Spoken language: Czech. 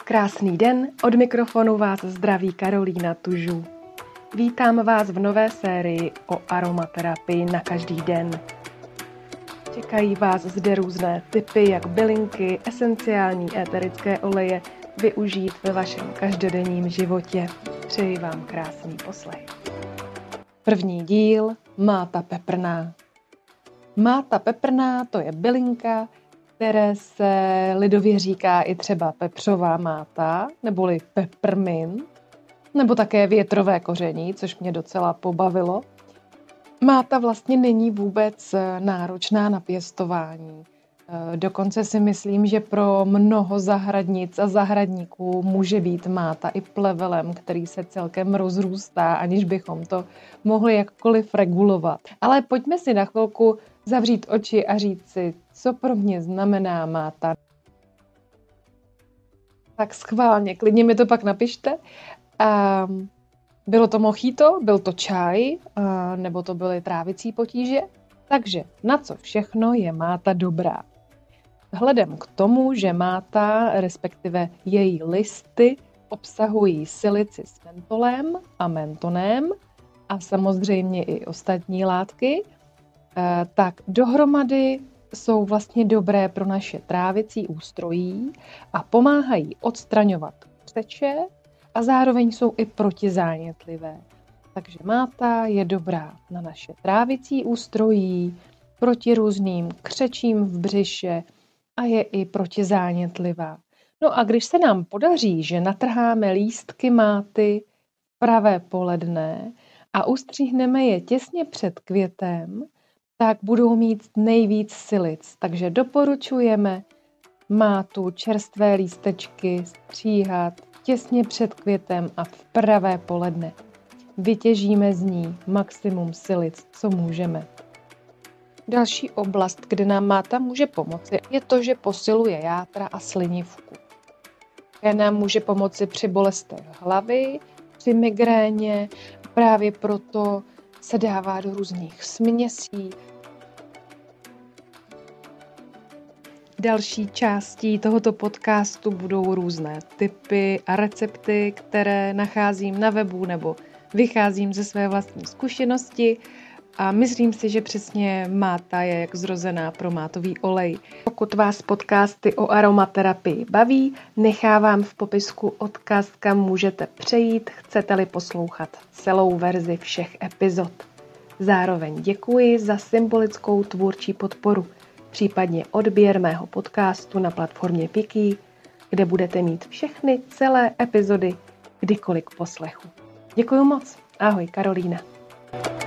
Krásný den, od mikrofonu vás zdraví Karolína Tužů. Vítám vás v nové sérii o aromaterapii na každý den. Čekají vás zde různé tipy, jak bylinky, esenciální éterické oleje využít ve vašem každodenním životě. Přeji vám krásný poslech. První díl, máta peprná. Máta peprná, to je bylinka, které se lidově říká i třeba pepřová máta, neboli peppermint, nebo také větrové koření, což mě docela pobavilo. Máta vlastně není vůbec náročná na pěstování. Dokonce si myslím, že pro mnoho zahradnic a zahradníků může být máta i plevelem, který se celkem rozrůstá, aniž bychom to mohli jakkoliv regulovat. Ale pojďme si na chvilku zavřít oči a říct si, co pro mě znamená máta. Tak schválně, klidně mi to pak napište. Bylo to mojito, byl to čaj, nebo to byly trávicí potíže. Takže na co všechno je máta dobrá? Vzhledem k tomu, že máta, respektive její listy, obsahují silici s mentolem a mentonem a samozřejmě i ostatní látky, tak dohromady jsou vlastně dobré pro naše trávicí ústrojí a pomáhají odstraňovat křeče a zároveň jsou i protizánětlivé. Takže máta je dobrá na naše trávicí ústrojí, proti různým křečím v břiše a je i protizánětlivá. No a když se nám podaří, že natrháme lístky máty v pravé poledne a ustřihneme je těsně před květem, tak budou mít nejvíc silic. Takže doporučujeme mátu, čerstvé lístečky stříhat těsně před květem a v pravé poledne. Vytěžíme z ní maximum silic, co můžeme. Další oblast, kde nám máta může pomoci, je to, že posiluje játra a slinivku. Nám může pomoci při bolestech hlavy, při migréně, právě proto se dává do různých směsí. Další částí tohoto podcastu budou různé tipy a recepty, které nacházím na webu nebo vycházím ze své vlastní zkušenosti a myslím si, že přesně máta je jak zrozená pro mátový olej. Pokud vás podcasty o aromaterapii baví, nechávám v popisku odkaz, kam můžete přejít, chcete-li poslouchat celou verzi všech epizod. Zároveň děkuji za symbolickou tvůrčí podporu, případně odběr mého podcastu na platformě Piki, kde budete mít všechny celé epizody kdykoliv k poslechu. Děkuji moc. Ahoj, Karolína.